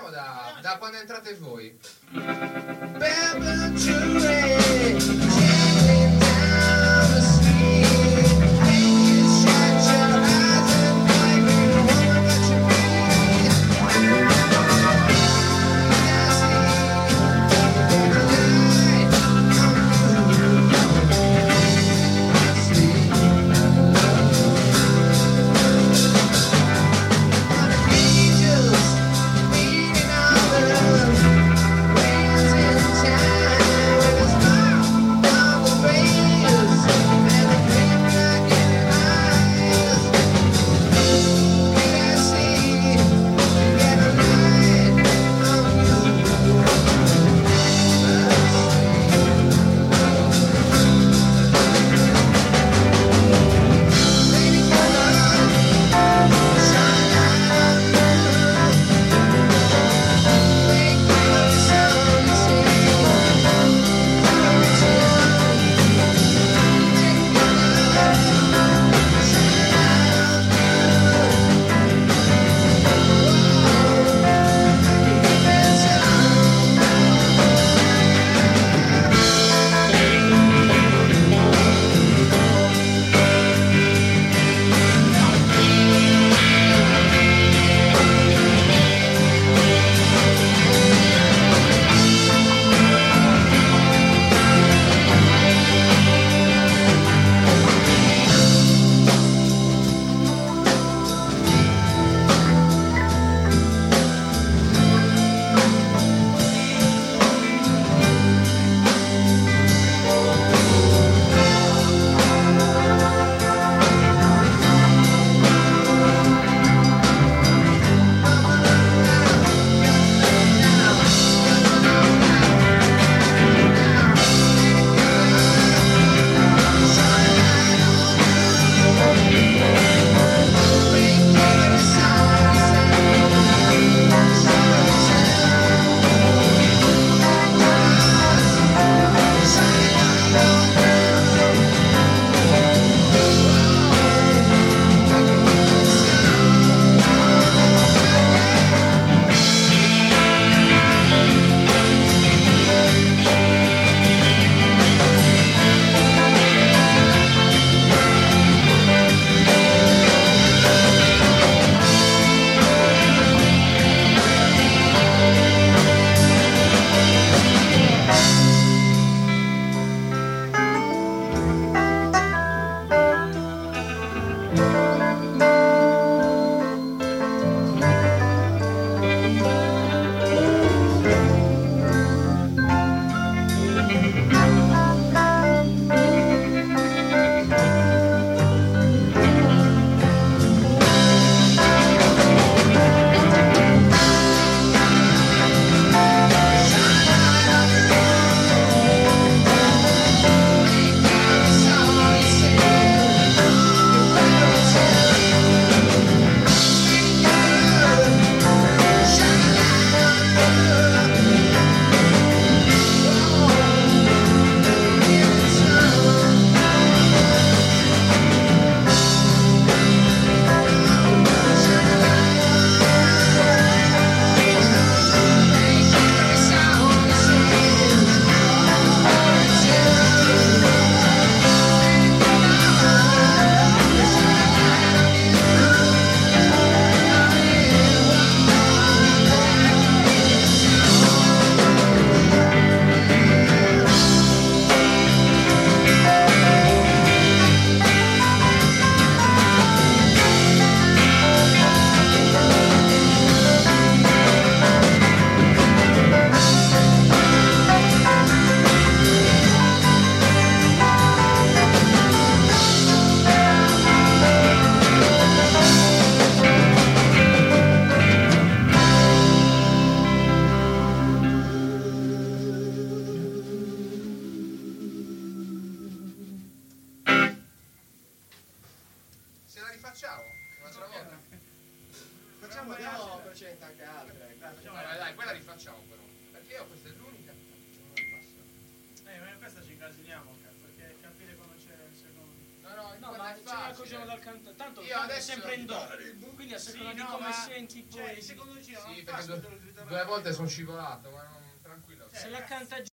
riprendiamo da quando entrate voi. Dai, quella rifacciamo però. Perché io questa è l'unica. Ma questa ci incasiniamo, cazzo, perché capire quando c'è il secondo. No, ma ce la cogliamo dal cantante. Tanto Io adesso sempre in do. Quindi a seconda di come senti poi. Sì, perché 2 volte sono scivolato, ma non, tranquillo. Se la canta